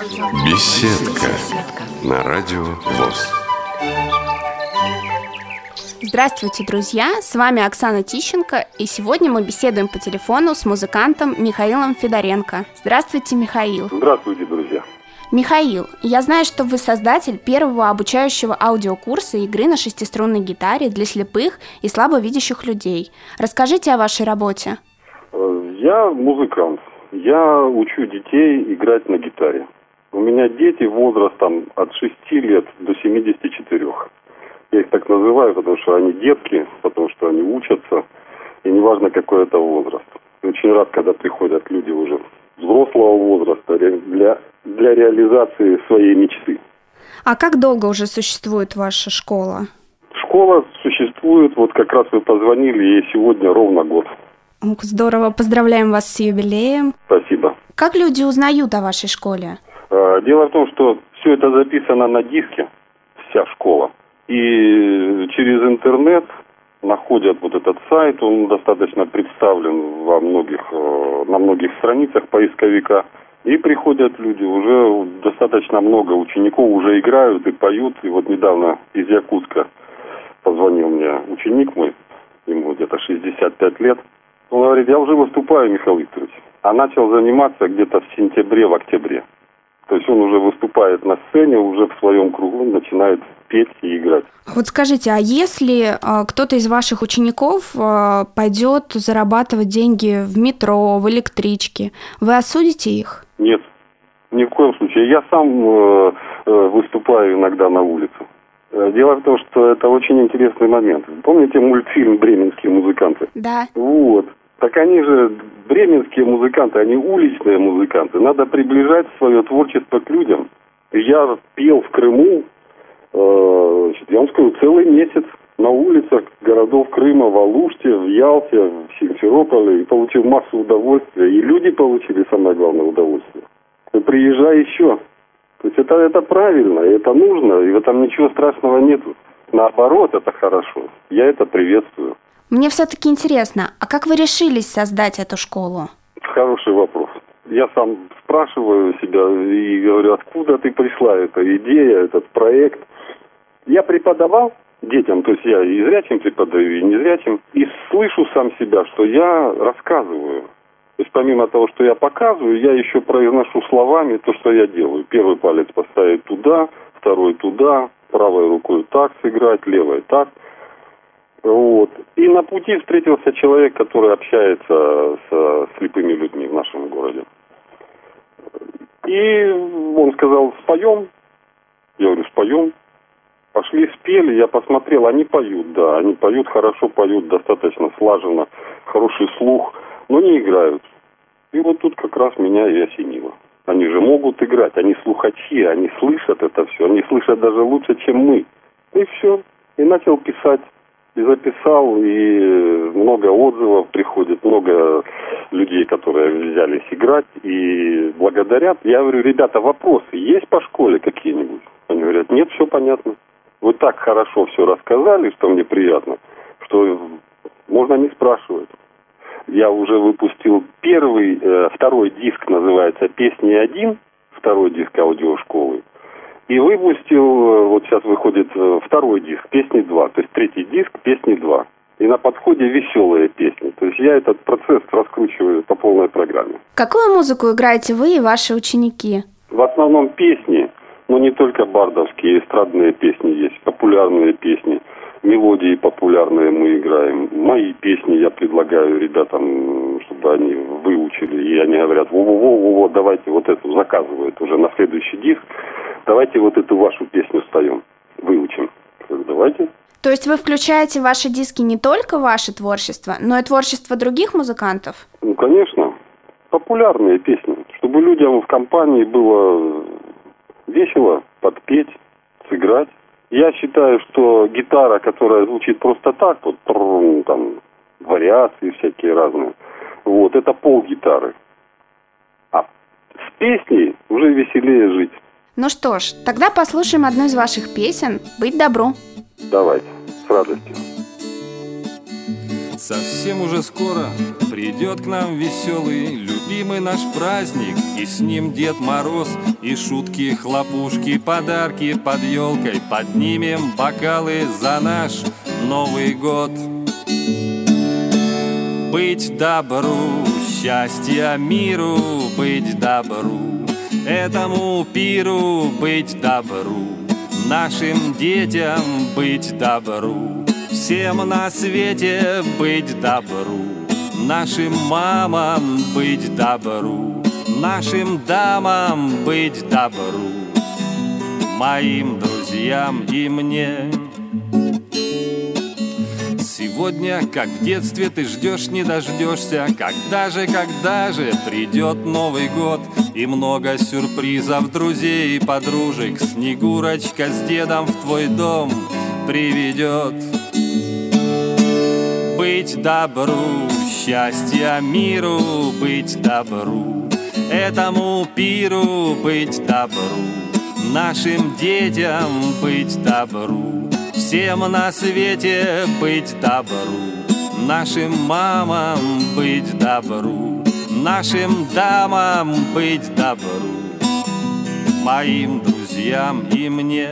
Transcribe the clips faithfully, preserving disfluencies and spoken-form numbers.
Беседка на радио ВОС. Здравствуйте, друзья! С вами Оксана Тищенко, и сегодня мы беседуем по телефону с музыкантом Михаилом Федоренко. Здравствуйте, Михаил! Здравствуйте, друзья! Михаил, я знаю, что вы создатель первого обучающего аудиокурса игры на шестиструнной гитаре для слепых и слабовидящих людей. Расскажите о вашей работе. Я музыкант. Я учу детей играть на гитаре. У меня дети возрастом от шести лет до семидесяти четырёх. Я их так называю, потому что они детки, потому что они учатся, и неважно, какой это возраст. Очень рад, когда приходят люди уже взрослого возраста для, для реализации своей мечты. А как долго уже существует ваша школа? Школа существует, вот как раз вы позвонили, ей сегодня ровно год. Здорово, поздравляем вас с юбилеем. Спасибо. Как люди узнают о вашей школе? Дело в том, что все это записано на диске, вся школа. И через интернет находят вот этот сайт, он достаточно представлен во многих, на многих страницах поисковика. И приходят люди, уже достаточно много учеников уже играют и поют. И вот недавно из Якутска позвонил мне ученик мой, ему где-то шестьдесят пять лет. Он говорит, я уже выступаю, Михаил Викторович. А начал заниматься где-то в сентябре, в октябре. То есть он уже выступает на сцене, уже в своем кругу начинает петь и играть. Вот скажите, а если э, кто-то из ваших учеников э, пойдет зарабатывать деньги в метро, в электричке, вы осудите их? Нет, ни в коем случае. Я сам э, э, выступаю иногда на улице. Дело в том, что это очень интересный момент. Помните мультфильм «Бременские музыканты»? Да. Вот. Так они же бременские музыканты, они уличные музыканты. Надо приближать свое творчество к людям. Я пел в Крыму, э, я вам скажу, целый месяц на улицах городов Крыма, в Алуште, в Ялте, в Симферополе, и получил массу удовольствия. И люди получили самое главное удовольствие. И приезжай еще. То есть это, это правильно, это нужно, и в этом ничего страшного нету. Наоборот, это хорошо. Я это приветствую. Мне все-таки интересно, а как вы решились создать эту школу? Хороший вопрос. Я сам спрашиваю себя и говорю, откуда ты пришла, эта идея, этот проект. Я преподавал детям, то есть я и зрячим преподаю, и незрячим, и слышу сам себя, что я рассказываю. То есть помимо того, что я показываю, я еще произношу словами то, что я делаю. Первый палец поставить туда, второй туда, правой рукой так сыграть, левой так. Вот. И на пути встретился человек, который общается со слепыми людьми в нашем городе. И он сказал, споем. Я говорю, споем. Пошли, спели, я посмотрел, они поют, да, они поют, хорошо поют, достаточно слаженно, хороший слух, но не играют. И вот тут как раз меня и осенило. Они же могут играть, они слухачи, они слышат это все, они слышат даже лучше, чем мы. И все. И начал писать. И записал, и много отзывов приходит, много людей, которые взялись играть, и благодарят. Я говорю, ребята, вопросы есть по школе какие-нибудь? Они говорят, нет, все понятно. Вы так хорошо все рассказали, что мне приятно, что можно не спрашивать. Я уже выпустил первый, э, второй диск, называется «Песни один», второй диск аудиошколы. И выпустил, вот сейчас выходит второй диск, «Песни два», то есть третий диск, «Песни два». И на подходе веселые песни. То есть я этот процесс раскручиваю по полной программе. Какую музыку играете вы и ваши ученики? В основном песни, но не только бардовские, эстрадные песни есть, популярные песни. Мелодии популярные мы играем. Мои песни я предлагаю ребятам, чтобы они выучили. И они говорят, во-во-во, давайте вот эту, заказывают уже на следующий диск. Давайте вот эту вашу песню споем, выучим. Давайте. То есть вы включаете в ваши диски не только ваше творчество, но и творчество других музыкантов? Ну, конечно. Популярные песни. Чтобы людям в компании было весело подпеть, сыграть. Я считаю, что гитара, которая звучит просто так, вот там вариации всякие разные, вот, это полгитары. А с песней уже веселее жить. Ну что ж, тогда послушаем одну из ваших песен «Быть добру». Давайте, с радостью. Совсем уже скоро придет к нам веселый, любимый наш праздник, и с ним Дед Мороз, и шутки, хлопушки, подарки под елкой. Поднимем бокалы за наш Новый год. Быть добру, счастья, миру, быть добру, этому пиру быть добру, нашим детям быть добру, всем на свете быть добру, нашим мамам быть добру, нашим дамам быть добру, моим друзьям и мне. Сегодня, как в детстве, ты ждешь, не дождешься, когда же, когда же придет Новый год, и много сюрпризов, друзей и подружек Снегурочка с дедом в твой дом приведет. Быть добру, счастья, миру, быть добру, этому пиру быть добру, нашим детям быть добру, всем на свете быть добру, нашим мамам быть добру, нашим дамам быть добру, моим друзьям и мне.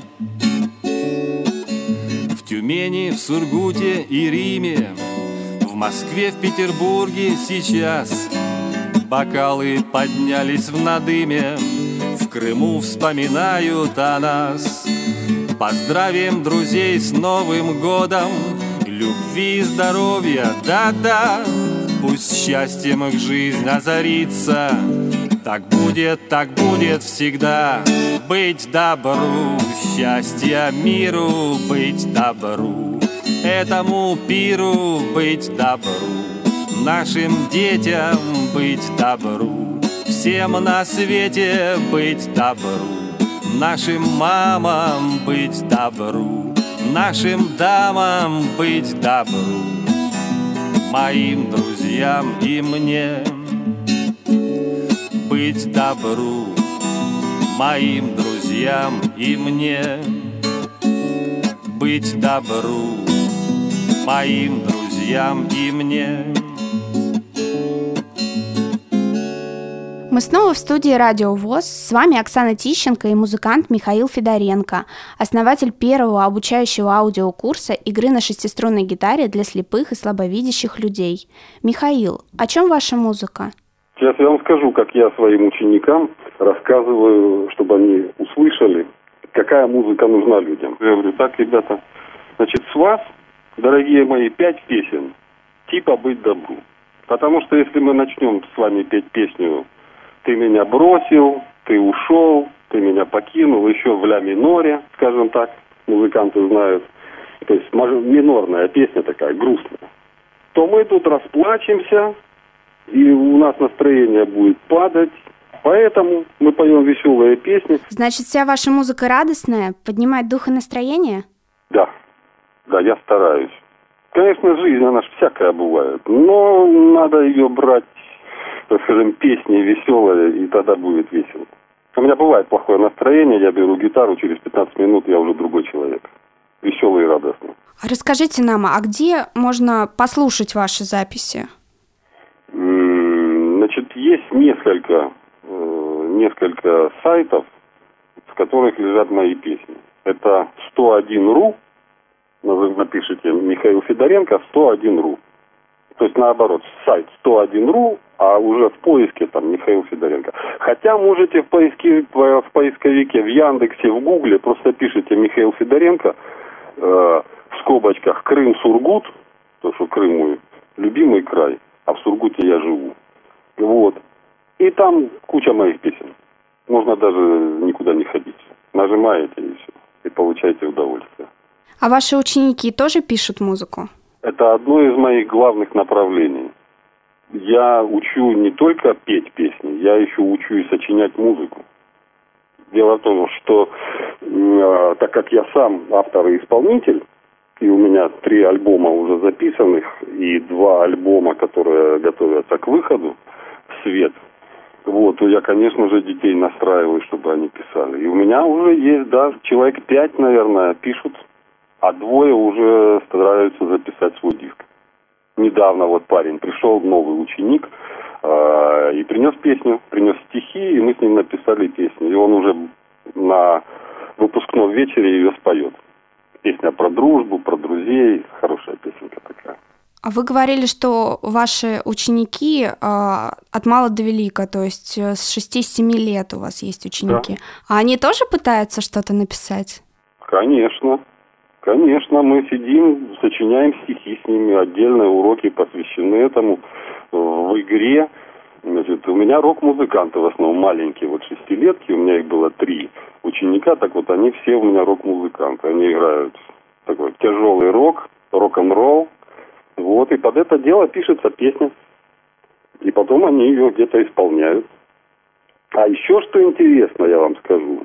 В Тюмени, в Сургуте и Риме, в Москве, в Петербурге сейчас бокалы поднялись в надыме, в Крыму вспоминают о нас. Поздравим друзей с Новым годом, любви и здоровья, да-да, пусть счастьем их жизнь озарится. Так будет, так будет всегда. Быть добру, счастья, миру, быть добру, этому пиру быть добру, нашим детям быть добру, всем на свете быть добру, нашим мамам быть добру, нашим дамам быть добру, моим друзьям и мне. Быть добру, моим друзьям и мне. Быть добру, моим друзьям и мне. Мы снова в студии Радио ВОС. С вами Оксана Тищенко и музыкант Михаил Федоренко, основатель первого обучающего аудиокурса игры на шестиструнной гитаре для слепых и слабовидящих людей. Михаил, о чем ваша музыка? Сейчас я вам скажу, как я своим ученикам рассказываю, чтобы они услышали, какая музыка нужна людям. Я говорю, так, ребята, значит, с вас, дорогие мои, пять песен, типа «Быть добру». Потому что если мы начнем с вами петь песню «Ты меня бросил», «Ты ушел», «Ты меня покинул», еще в ля миноре, скажем так, музыканты знают, то есть минорная песня такая, грустная, то мы тут расплачемся, и у нас настроение будет падать. Поэтому мы поем веселые песни. Значит, вся ваша музыка радостная, поднимает дух и настроение? Да, да, я стараюсь. Конечно, жизнь, она же всякая бывает, но надо ее брать, так скажем, песни веселые, и тогда будет весело. У меня бывает плохое настроение, я беру гитару, через пятнадцать минут я уже другой человек. Веселый и радостный. А расскажите нам, а где можно послушать ваши записи? Значит, есть несколько, несколько сайтов, в которых лежат мои песни. Это сто один точка ру, напишите Михаил Федоренко, сто один точка ру. То есть наоборот, сайт сто один точка ру, а уже в поиске там Михаил Федоренко. Хотя можете в, поиске, в поисковике, в Яндексе, в Гугле просто пишите Михаил Федоренко, э, в скобочках Крым, Сургут, потому что Крым мой любимый край, а в Сургуте я живу. Вот. И там куча моих песен. Можно даже никуда не ходить. Нажимаете и все. И получаете удовольствие. А ваши ученики тоже пишут музыку? Это одно из моих главных направлений. Я учу не только петь песни, я еще учу и сочинять музыку. Дело в том, что э, так как я сам автор и исполнитель, и у меня три альбома уже записанных, и два альбома, которые готовятся к выходу в свет, вот, то я, конечно же, детей настраиваю, чтобы они писали. И у меня уже есть, да, человек пять, наверное, пишут, а двое уже стараются записать свой диск. недавно вот парень пришел, новый ученик, э, и принес песню, принес стихи, и мы с ним написали песню. И он уже на выпускном вечере ее споет. Песня про дружбу, про друзей, хорошая песенка такая. А вы говорили, что ваши ученики э, от мала до велика, то есть с шести-семи лет у вас есть ученики. Да. А они тоже пытаются что-то написать? Конечно. Конечно, мы сидим, сочиняем стихи с ними, отдельные уроки посвящены этому. В игре, значит, у меня рок-музыканты в основном маленькие, вот шестилетки, у меня их было три ученика, так вот они все у меня рок-музыканты. Они играют такой тяжелый рок, рок-н-ролл. Вот, и под это дело пишется песня. И потом они ее где-то исполняют. А еще что интересно, я вам скажу.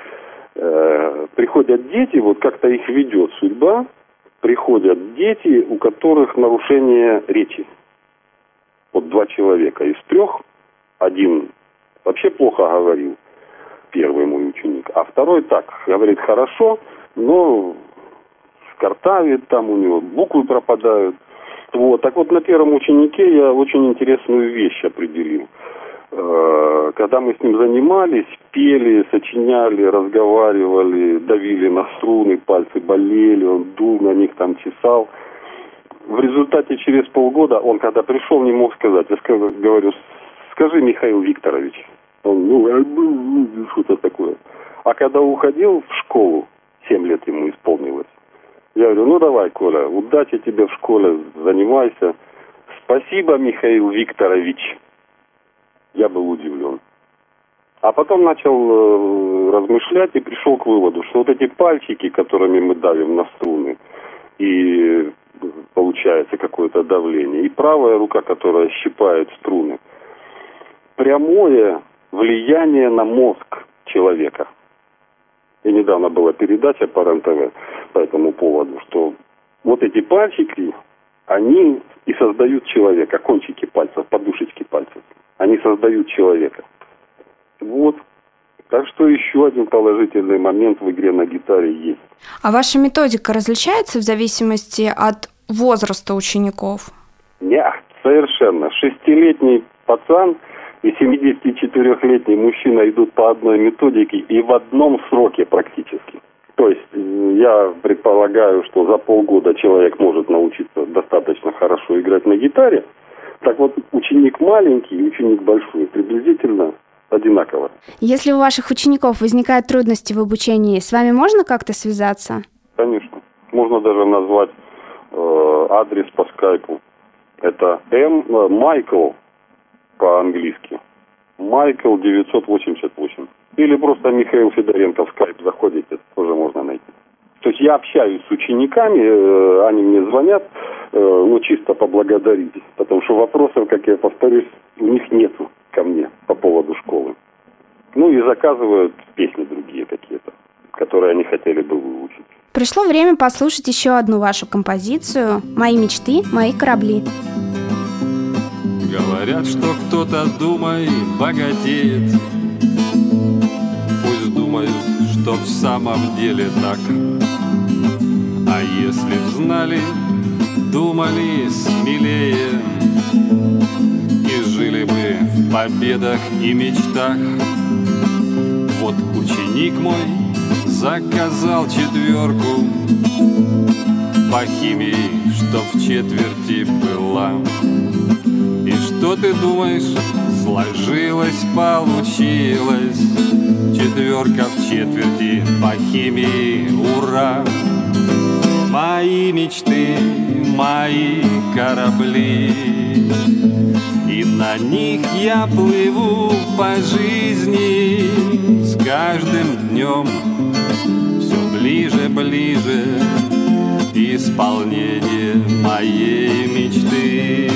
Э, приходят дети, вот как-то их ведет судьба. Приходят дети, у которых нарушение речи. Вот два человека из трех. Один вообще плохо говорил, первый мой ученик. А второй так, говорит хорошо, но картавит, там у него буквы пропадают. Вот, так вот на первом ученике я очень интересную вещь определил. Когда мы с ним занимались, пели, сочиняли, разговаривали, давили на струны, пальцы болели, он дул на них, там чесал. В результате через полгода он, когда пришел, не мог сказать. Я сказал, говорю, скажи, Михаил Викторович. Он, ну, что-то такое. А когда уходил в школу, семь лет ему исполнилось, я говорю, ну давай, Коля, удачи тебе в школе, занимайся. Спасибо, Михаил Викторович. Я был удивлен. А потом начал э, размышлять и пришел к выводу, что вот эти пальчики, которыми мы давим на струны, и получается какое-то давление, и правая рука, которая щипает струны, прямое влияние на мозг человека. И недавно была передача по РЕН-ТВ по этому поводу, что вот эти пальчики, они и создают человека, кончики пальцев, подушечки пальцев. Они создают человека. Вот. Так что еще один положительный момент в игре на гитаре есть. А ваша методика различается в зависимости от возраста учеников? Нет, совершенно. Шестилетний пацан и семидесятичетырехлетний мужчина идут по одной методике и в одном сроке практически. То есть я предполагаю, что за полгода человек может научиться достаточно хорошо играть на гитаре. Так вот, ученик маленький и ученик большой приблизительно одинаково. Если у ваших учеников возникают трудности в обучении, с вами можно как-то связаться? Конечно. Можно даже назвать э, адрес по скайпу. Это М, э, Майкл по-английски. Майкл девятьсот восемьдесят восемь. Или просто Михаил Федоренко в скайп заходите, тоже можно найти. То есть я общаюсь с учениками, э, они мне звонят, э, ну, чисто поблагодарить. Потому что вопросов, как я повторюсь, у них нету ко мне по поводу школы. Ну и заказывают песни другие какие-то, которые они хотели бы выучить. Пришло время послушать еще одну вашу композицию «Мои мечты, мои корабли». Говорят, что кто-то, думай, богатеет. Пусть думают, что в самом деле так. А если б знали, думали смелее и жили бы в победах и мечтах. Вот ученик мой заказал четверку по химии, что в четверти была. И что ты думаешь, сложилось, получилось четверка в четверти по химии, ура! Мои мечты, мои корабли, и на них я плыву по жизни. С каждым днем все ближе, ближе исполнение моей мечты.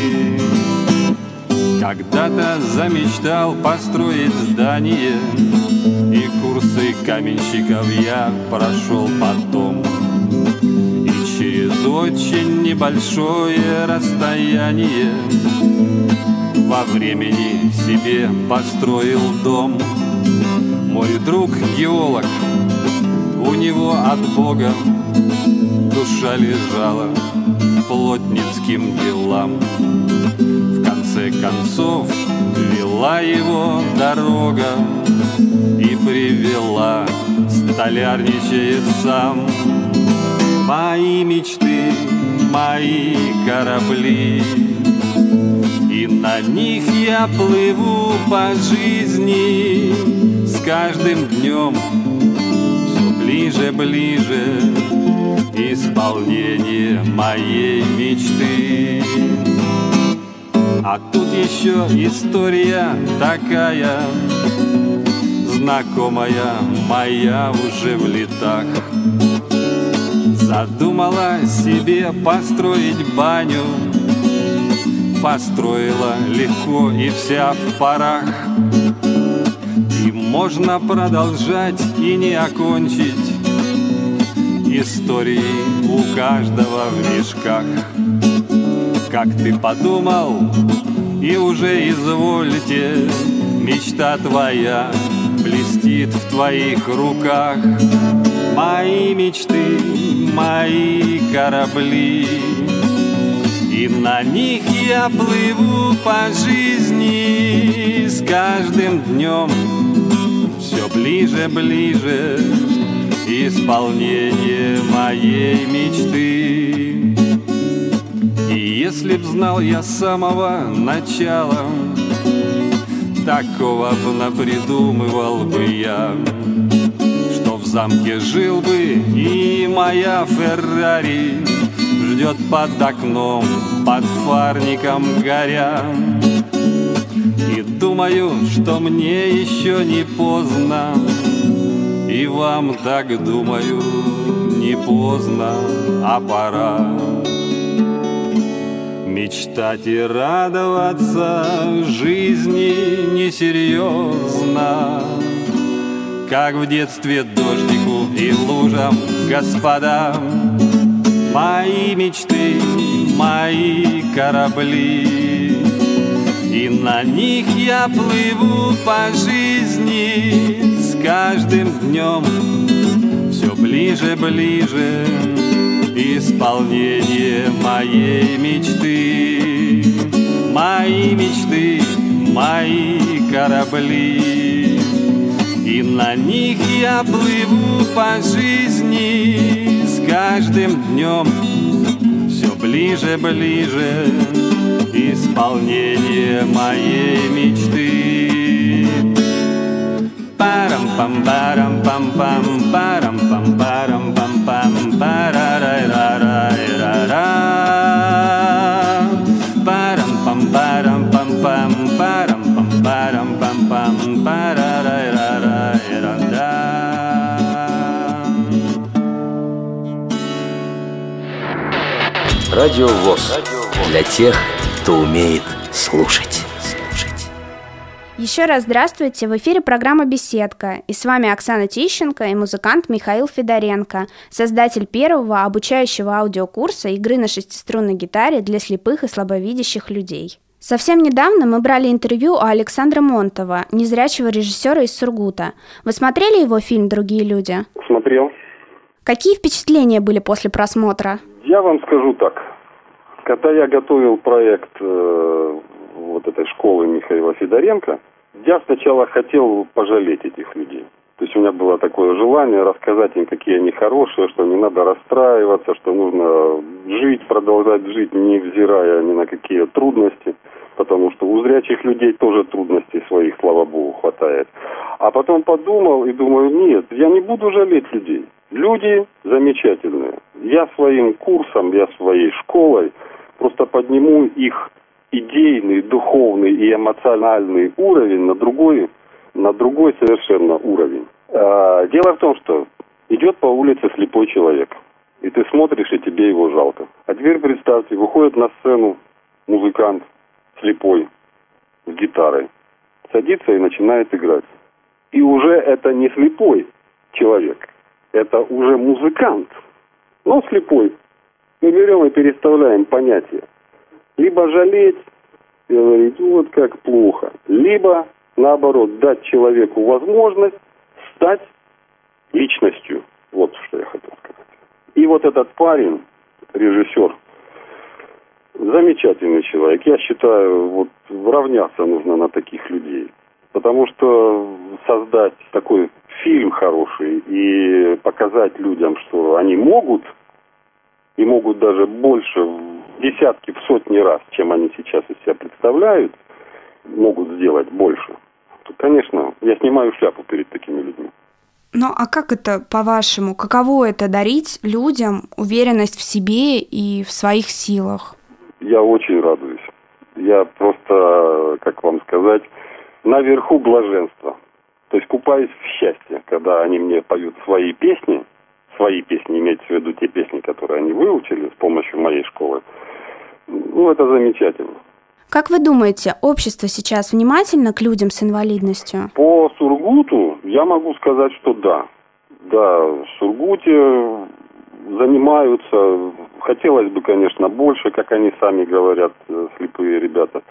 Когда-то замечтал построить здание, и курсы каменщиков я прошел потом. И через очень небольшое расстояние во времени себе построил дом. Мой друг геолог, у него от Бога душа лежала плотницким делам. В конце концов вела его дорога и привела, столярничает сам. Мои мечты, мои корабли, и на них я плыву по жизни. С каждым днем все ближе, ближе исполнение моей мечты. А тут еще история такая, знакомая моя уже в летах. Задумала себе построить баню, построила легко и вся в парах. И можно продолжать и не окончить истории у каждого в мешках. Как ты подумал, и уже извольте, мечта твоя блестит в твоих руках. Мои мечты, мои корабли, и на них я плыву по жизни. С каждым днем все ближе, ближе исполнение моей мечты. И если б знал я с самого начала, такого б напридумывал бы я, что в замке жил бы и моя Феррари ждет под окном, под фарником горя. И думаю, что мне еще не поздно, и вам так думаю, не поздно, а пора мечтать и радоваться жизни несерьезно, как в детстве дождику и лужам, господа. Мои мечты, мои корабли, и на них я плыву по жизни. С каждым днем все ближе, ближе исполнение моей мечты. Мои мечты, мои корабли, и на них я плыву по жизни. С каждым днем все ближе, ближе исполнение моей мечты. Парам-пам-парам-пам-пам, парам-пам-парам-пам-пам, парарай-рарай-рара. Парам-пам-парам-пам-пам, парам-пам-парам-пам-пам, парарай-рарай-рара. Радио ВОС. Для тех, кто умеет слушать. Еще раз здравствуйте, в эфире программа «Беседка», и с вами Оксана Тищенко и музыкант Михаил Федоренко, создатель первого обучающего аудиокурса игры на шестиструнной гитаре для слепых и слабовидящих людей. Совсем недавно мы брали интервью у Александра Монтова, незрячего режиссера из Сургута. Вы смотрели его фильм «Другие люди»? Смотрел. Какие впечатления были после просмотра? Я вам скажу так. Когда я готовил проект э, вот этой школы Михаила Федоренко, я сначала хотел пожалеть этих людей. То есть у меня было такое желание рассказать им, какие они хорошие, что не надо расстраиваться, что нужно жить, продолжать жить, невзирая ни на какие трудности, потому что у зрячих людей тоже трудностей своих, слава богу, хватает. А потом подумал и думаю, нет, я не буду жалеть людей. Люди замечательные. Я своим курсом, я своей школой просто подниму их идейный, духовный и эмоциональный уровень на другой, на другой совершенно уровень. А, дело в том, что идет по улице слепой человек, и ты смотришь, и тебе его жалко. А теперь представьте, выходит на сцену музыкант слепой с гитарой, садится и начинает играть. И уже это не слепой человек, это уже музыкант, но слепой. Мы берем и переставляем понятия. Либо жалеть и говорить, вот как плохо, либо, наоборот, дать человеку возможность стать личностью. Вот что я хотел сказать. И вот этот парень, режиссер, Замечательный человек. Я считаю, вот равняться нужно на таких людей. Потому что создать такой фильм хороший и показать людям, что они могут, и могут даже больше, в десятки, в сотни раз, чем они сейчас из себя представляют, могут сделать больше, то, конечно, я снимаю шляпу перед такими людьми. Ну, а как это, по-вашему, каково это дарить людям уверенность в себе и в своих силах? Я очень радуюсь. Я просто, как вам сказать, наверху блаженства. То есть купаюсь в счастье, когда они мне поют свои песни, свои песни, имеется в виду те песни, которые они выучили с помощью моей школы. Ну, это замечательно. Как вы думаете, общество сейчас внимательно к людям с инвалидностью? По Сургуту я могу сказать, что да. Да, в Сургуте занимаются, хотелось бы, конечно, больше, как они сами говорят, слепые ребята.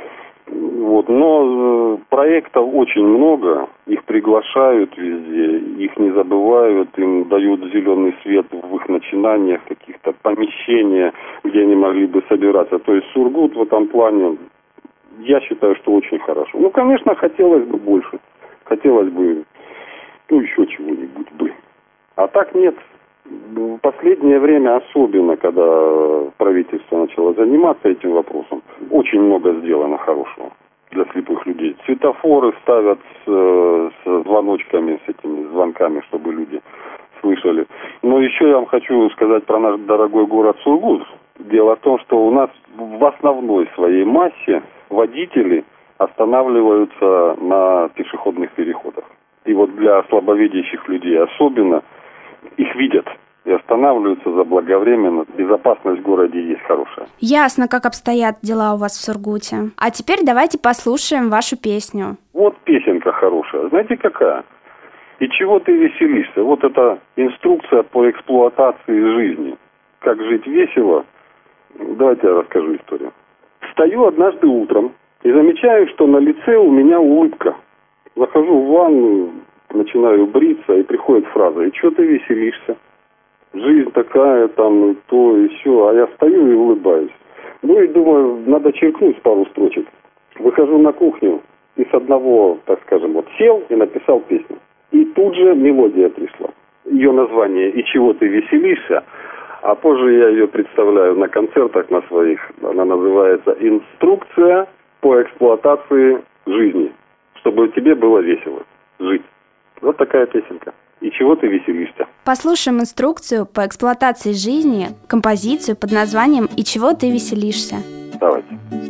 Вот, но проектов очень много, их приглашают везде, их не забывают, им дают зеленый свет в их начинаниях, каких-то помещения, где они могли бы собираться. То есть Сургут в этом плане, я считаю, что очень хорошо. Ну, конечно, хотелось бы больше, хотелось бы, ну, еще чего-нибудь бы. А так нет. В последнее время, особенно, когда правительство начало заниматься этим вопросом, очень много сделано хорошего для слепых людей. Светофоры ставят с, с звоночками, с этими звонками, чтобы люди слышали. Но еще я вам хочу сказать про наш дорогой город Сургут. Дело в том, что у нас в основной своей массе водители останавливаются на пешеходных переходах. И вот для слабовидящих людей особенно их видят и останавливаются заблаговременно. Безопасность в городе есть хорошая. Ясно, как обстоят дела у вас в Сургуте. А теперь давайте послушаем вашу песню. Вот песенка хорошая. Знаете, какая? «И чего ты веселишься?» Вот это инструкция по эксплуатации жизни. Как жить весело. Давайте я расскажу историю. Встаю однажды утром и замечаю, что на лице у меня улыбка. Захожу в ванну, начинаю бриться, и приходит фраза: «И чего ты веселишься? Жизнь такая, там, и то, и все». А я стою и улыбаюсь. Ну и думаю, надо черкнуть пару строчек. Выхожу на кухню и с одного, так скажем, вот сел и написал песню. И тут же мелодия пришла. Ее название «И чего ты веселишься?», а позже я ее представляю на концертах на своих. Она называется «Инструкция по эксплуатации жизни», чтобы тебе было весело жить. Вот такая песенка. «И чего ты веселишься?». Послушаем инструкцию по эксплуатации жизни, композицию под названием «И чего ты веселишься?». Давайте.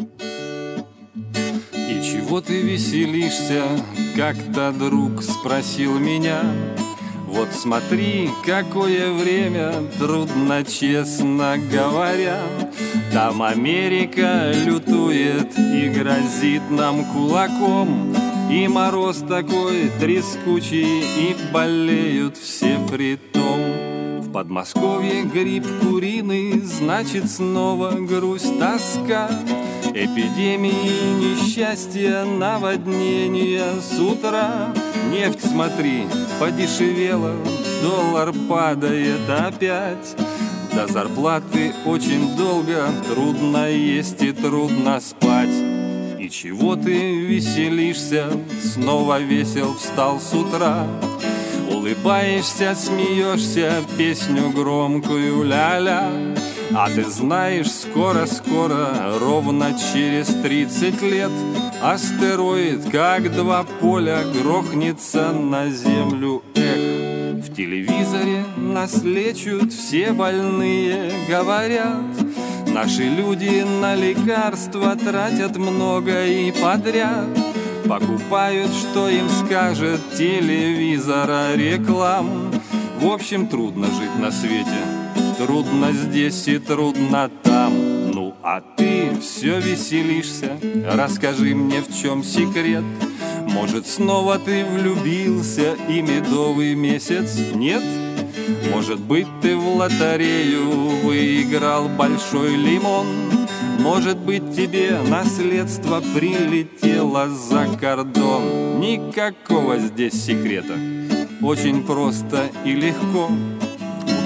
И чего ты веселишься? Как-то друг спросил меня. Вот смотри, какое время, трудно, честно говоря. Там Америка лютует и грозит нам кулаком. И мороз такой трескучий, и болеют все при том. В Подмосковье грипп куриный, значит снова грусть, тоска. Эпидемии, несчастья, наводнения с утра. Нефть, смотри, подешевела, доллар падает опять. До зарплаты очень долго, трудно есть и трудно спать. И чего ты веселишься? Снова весел встал с утра. Улыбаешься, смеешься, песню громкую ля-ля. А ты знаешь, скоро-скоро, ровно через тридцать лет, астероид, как два поля, грохнется на землю. Эх, в телевизоре нас лечат все больные, говорят. Наши люди на лекарства тратят много и подряд. Покупают, что им скажет телевизора, реклам. В общем, трудно жить на свете. Трудно здесь и трудно там. Ну, а ты все веселишься. Расскажи мне, в чем секрет. Может, снова ты влюбился и медовый месяц нет? Может быть, ты в лотерею выиграл большой лимон? Может быть, тебе наследство прилетело за кордон? Никакого здесь секрета. Очень просто и легко.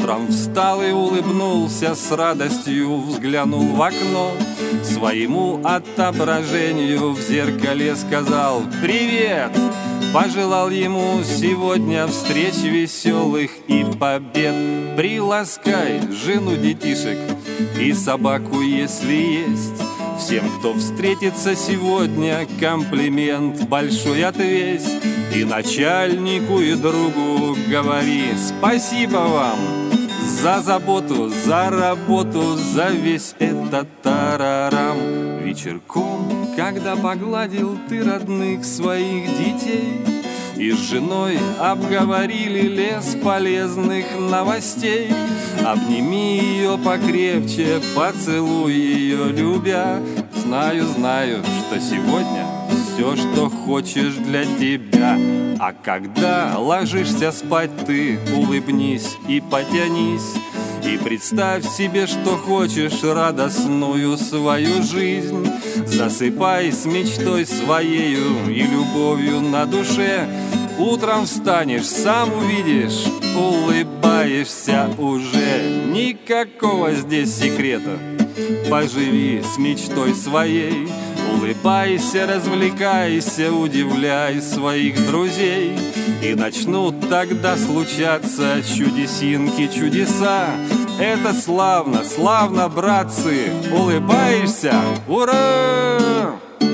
Утром встал и улыбнулся с радостью, взглянул в окно. Своему отображению в зеркале сказал «Привет!». Пожелал ему сегодня встреч веселых и побед. Приласкай жену, детишек и собаку, если есть. Всем, кто встретится сегодня, комплимент большой отвесь. И начальнику, и другу говори спасибо вам за заботу, за работу, за весь этот тарарам. Вечерком, когда погладил ты родных своих детей и с женой обговорили лес полезных новостей, обними ее покрепче, поцелуй ее, любя. Знаю, знаю, что сегодня все, что хочешь, для тебя. А когда ложишься спать, ты улыбнись и потянись, и представь себе, что хочешь, радостную свою жизнь. Засыпай с мечтой своею и любовью на душе. Утром встанешь, сам увидишь, улыбаешься уже. Никакого здесь секрета. Поживи с мечтой своей, улыбайся, развлекайся, удивляй своих друзей. И начнут тогда случаться чудесинки, чудеса. Это славно, славно, братцы, улыбаешься, ура!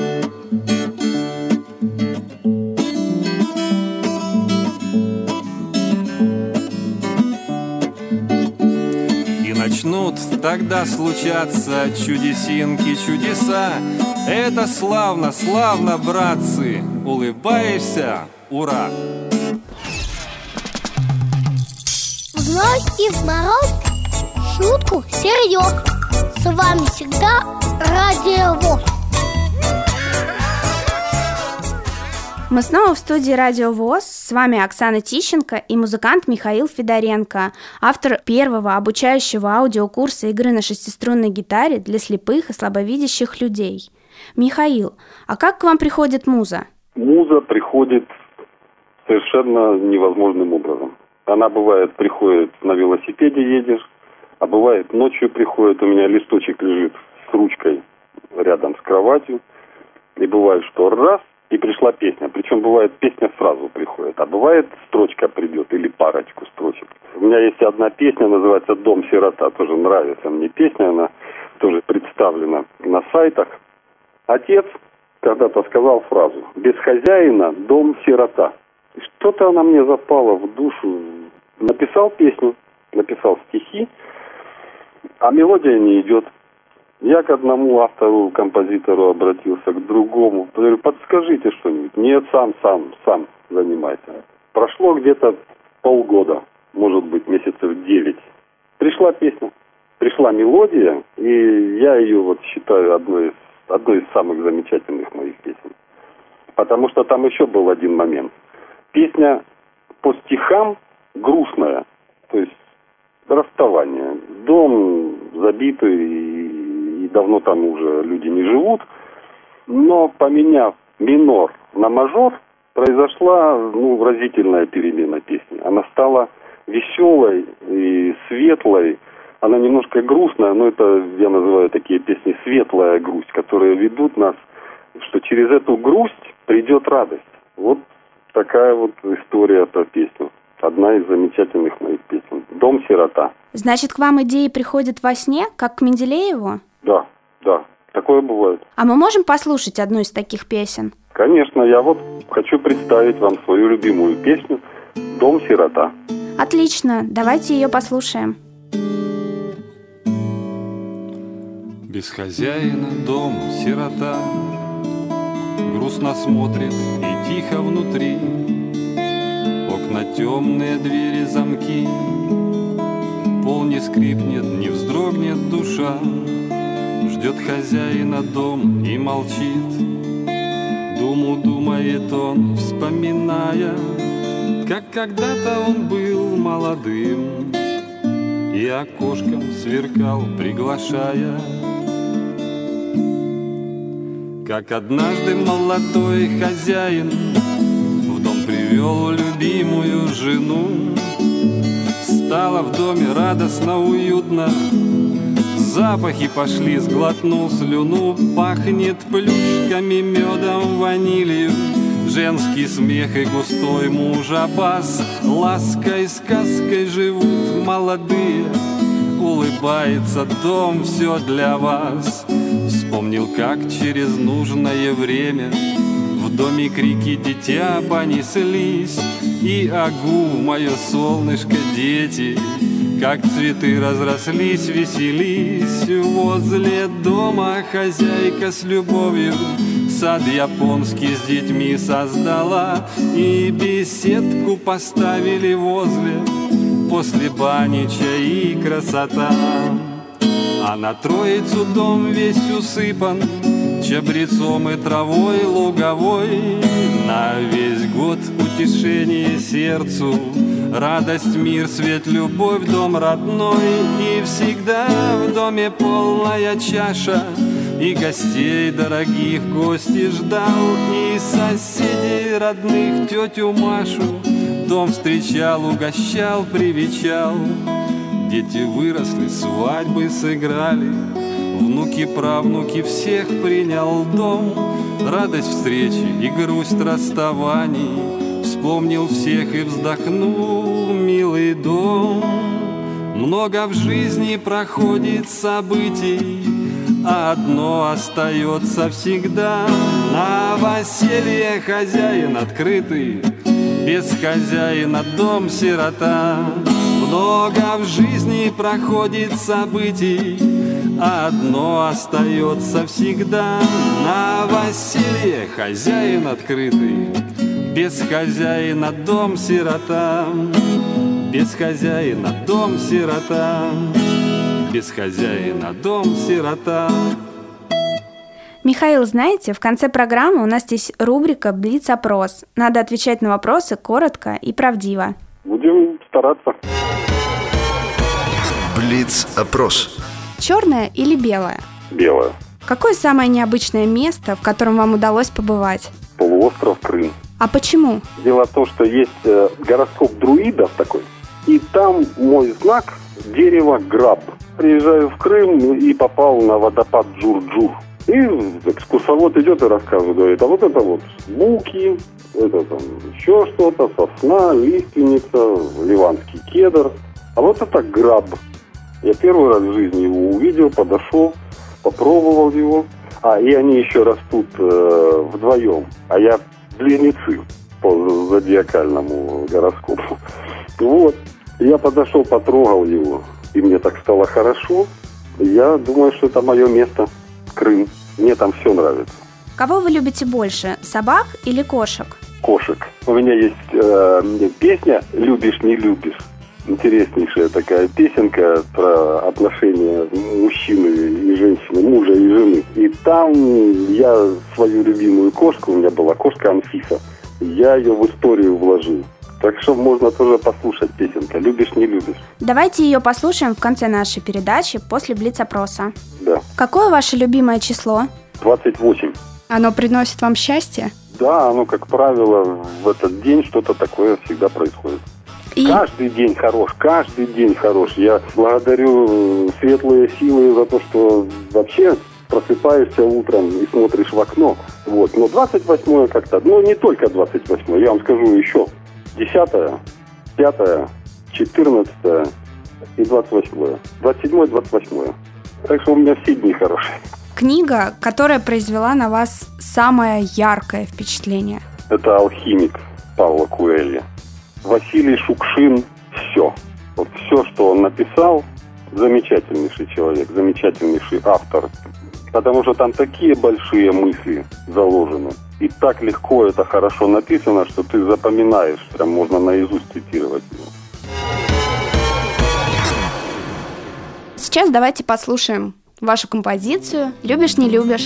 И начнут тогда случаться чудесинки, чудеса. Это славно, славно, братцы, улыбаешься, ура! В ночь и в мороз шутку серьез. С вами всегда Радио ВОС. Мы снова в студии Радио ВОС. С вами Оксана Тищенко и музыкант Михаил Федоренко, автор первого обучающего аудиокурса игры на шестиструнной гитаре для слепых и слабовидящих людей. Михаил, а как к вам приходит муза? Муза приходит совершенно невозможным образом. Она бывает приходит на велосипеде едешь, а бывает ночью приходит, у меня листочек лежит с ручкой рядом с кроватью, и бывает, что раз, и пришла песня. Причем бывает песня сразу приходит, а бывает строчка придет или парочку строчек. У меня есть одна песня, называется «Дом-сирота», тоже нравится мне песня, она тоже представлена на сайтах. Отец когда-то сказал фразу «Без хозяина дом-сирота». И что-то она мне запала в душу. Написал песню, написал стихи, а мелодия не идет. Я к одному автору, композитору обратился, к другому. Говорю, подскажите что-нибудь. Нет, сам, сам, сам занимайся. Прошло где-то полгода, может быть, месяцев девять. Пришла песня, пришла мелодия, и я ее вот считаю одной из, одной из самых замечательных моих песен. Потому что там еще был один момент. Песня по стихам грустная, то есть расставание. Дом забитый, и, и давно там уже люди не живут. Но поменяв минор на мажор, произошла ну, разительная перемена песни. Она стала веселой и светлой. Она немножко грустная, но это я называю такие песни «светлая грусть», которые ведут нас, что через эту грусть придет радость. Вот такая вот история про песню. Одна из замечательных моих песен. «Дом-сирота». Значит, к вам идеи приходят во сне, как к Менделееву? Да, да, такое бывает. А мы можем послушать одну из таких песен? Конечно, я вот хочу представить вам свою любимую песню «Дом-сирота». Отлично, давайте ее послушаем. Без хозяина дом сирота, грустно смотрит и тихо внутри. Окна темные, двери, замки, пол не скрипнет, не вздрогнет душа. Ждет хозяина дом и молчит. Думу думает он, вспоминая, как когда-то он был молодым и окошком сверкал, приглашая. Как однажды молодой хозяин в дом привел любимую жену. Стало в доме радостно, уютно. Запахи пошли, сглотнул слюну. Пахнет плюшками, медом, ванилью. Женский смех и густой мужа бас. Лаской, сказкой живут молодые. Улыбается дом, все для вас. Вспомнил, как через нужное время в доме крики дитя понеслись. И агу, мое солнышко, дети, как цветы разрослись, веселись. Возле дома хозяйка с любовью сад японский с детьми создала. И беседку поставили возле, после бани чай и красота. А на Троицу дом весь усыпан чабрецом и травой луговой. На весь год утешение сердцу, радость, мир, свет, любовь, дом родной. И всегда в доме полная чаша, и гостей дорогих в гости ждал. И соседей родных, тетю Машу, дом встречал, угощал, привечал. Дети выросли, свадьбы сыграли, внуки, правнуки всех принял дом. Радость встречи и грусть расставаний, вспомнил всех и вздохнул, милый дом. Много в жизни проходит событий, а одно остается всегда. Новоселье хозяин открытый, без хозяина дом сирота. Много в жизни проходит событий, а одно остается всегда. Новоселье хозяин открытый, без хозяина дом сирота. Без хозяина дом сирота. Без хозяина дом сирота. Михаил, знаете, в конце программы у нас здесь рубрика «Блиц-опрос». Надо отвечать на вопросы коротко и правдиво. Будем стараться. Блиц-опрос. Черное или белое? Белое. Какое самое необычное место, в котором вам удалось побывать? Полуостров Крым. А почему? Дело в том, что есть э, гороскоп друидов такой, и там мой знак – дерево граб. Приезжаю в Крым и попал на водопад Джур-Джур. И экскурсовод идет и рассказывает, говорит, а вот это вот буки, это там еще что-то, сосна, лиственница, ливанский кедр. А вот это граб. Я первый раз в жизни его увидел, подошел, попробовал его. А, и они еще растут э, вдвоем. А я близнецы по зодиакальному гороскопу. Вот. Я подошел, потрогал его. И мне так стало хорошо. Я думаю, что это мое место. Крым. Мне там все нравится. Кого вы любите больше, собак или кошек? Кошек. У меня есть э, песня «Любишь, не любишь». Интереснейшая такая песенка про отношения мужчины и женщины, мужа и жены. И там я свою любимую кошку, у меня была кошка Анфиса, я ее в историю вложил. Так что можно тоже послушать песенка «Любишь, не любишь». Давайте ее послушаем в конце нашей передачи после блиц-опроса. Да. Какое ваше любимое число? двадцать восемь. Оно приносит вам счастье? Да, оно, как правило, в этот день что-то такое всегда происходит. И... Каждый день хорош, каждый день хорош. Я благодарю светлые силы за то, что вообще просыпаешься утром и смотришь в окно. Вот. Но двадцать восьмое как-то, ну не только двадцать восьмое, я вам скажу еще. десятое, пятое, четырнадцатое и двадцать восьмое. двадцать седьмое, двадцать восьмое. Так что у меня все дни хорошие. Книга, которая произвела на вас самое яркое впечатление? Это «Алхимик» Паула Коэльо. Василий Шукшин, все. Вот все, что он написал, замечательнейший человек, замечательнейший автор. Потому что там такие большие мысли заложены. И так легко это хорошо написано, что ты запоминаешь. Прям можно наизусть цитировать его. Сейчас давайте послушаем вашу композицию «Любишь, не любишь».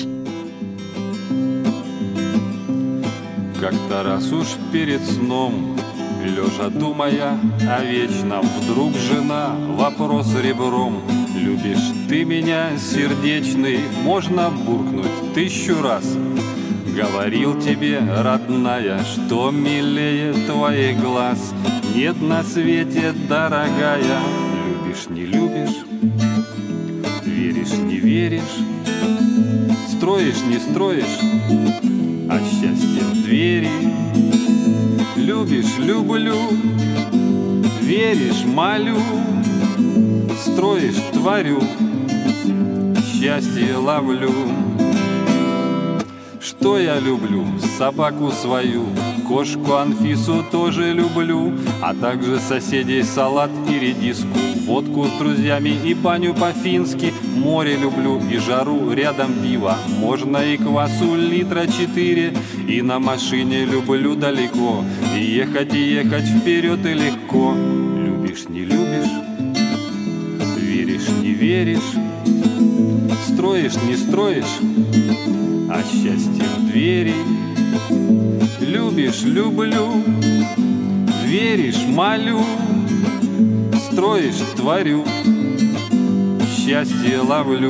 Как-то раз уж перед сном, лежа думая о вечном, вдруг жена вопрос ребром: любишь ты меня, сердечный? Можно буркнуть тысячу раз. Говорил тебе, родная, что милее твоих глаз нет на свете, дорогая. Любишь, не любишь, веришь, не веришь, строишь, не строишь, а счастье в двери. Любишь, люблю, веришь, молю, строишь, творю, счастье ловлю. Что я люблю? Собаку свою, кошку Анфису тоже люблю, а также соседей салат и редиску, водку с друзьями и баню по-фински. Море люблю и жару, рядом пиво, можно и квасу литра четыре. И на машине люблю далеко, и ехать, и ехать вперед и легко. Любишь, не любишь, веришь, не веришь, строишь, не строишь, а счастье в двери. Любишь, люблю, веришь, молю, строишь, творю, счастье ловлю.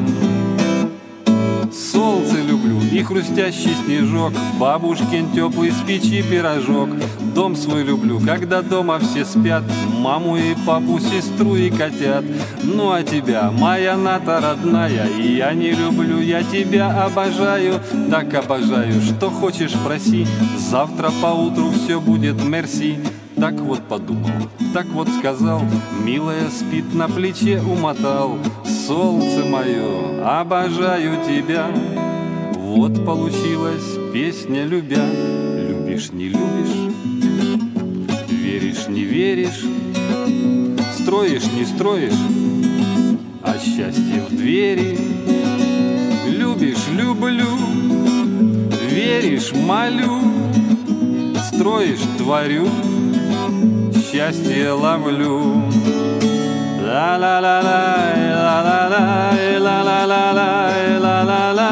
Солнце люблю и хрустящий снежок, бабушкин теплый с печи пирожок. Дом свой люблю, когда дома все спят, маму и папу, сестру и котят. Ну а тебя, моя ната родная, и я не люблю, я тебя обожаю. Так обожаю, что хочешь проси, завтра поутру все будет мерси. Так вот подумал, так вот сказал, милая спит, на плече умотал. Солнце мое, обожаю тебя. Вот получилась песня, любя. Любишь, не любишь, веришь, не веришь, строишь, не строишь, а счастье в двери. Любишь, люблю, веришь, молю, строишь, творю, счастье ловлю. La la la la la la la la la la la la la la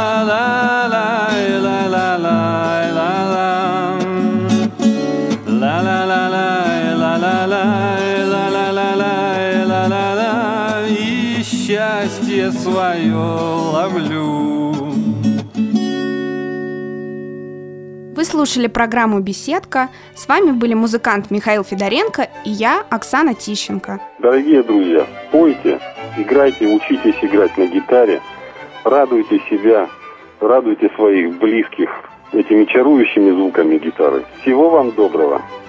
и счастье свое ловлю. Вы слушали программу «Беседка». С вами были музыкант Михаил Федоренко и я, Оксана Тищенко. Дорогие друзья, пойте, играйте, учитесь играть на гитаре, радуйте себя, радуйте своих близких этими чарующими звуками гитары. Всего вам доброго!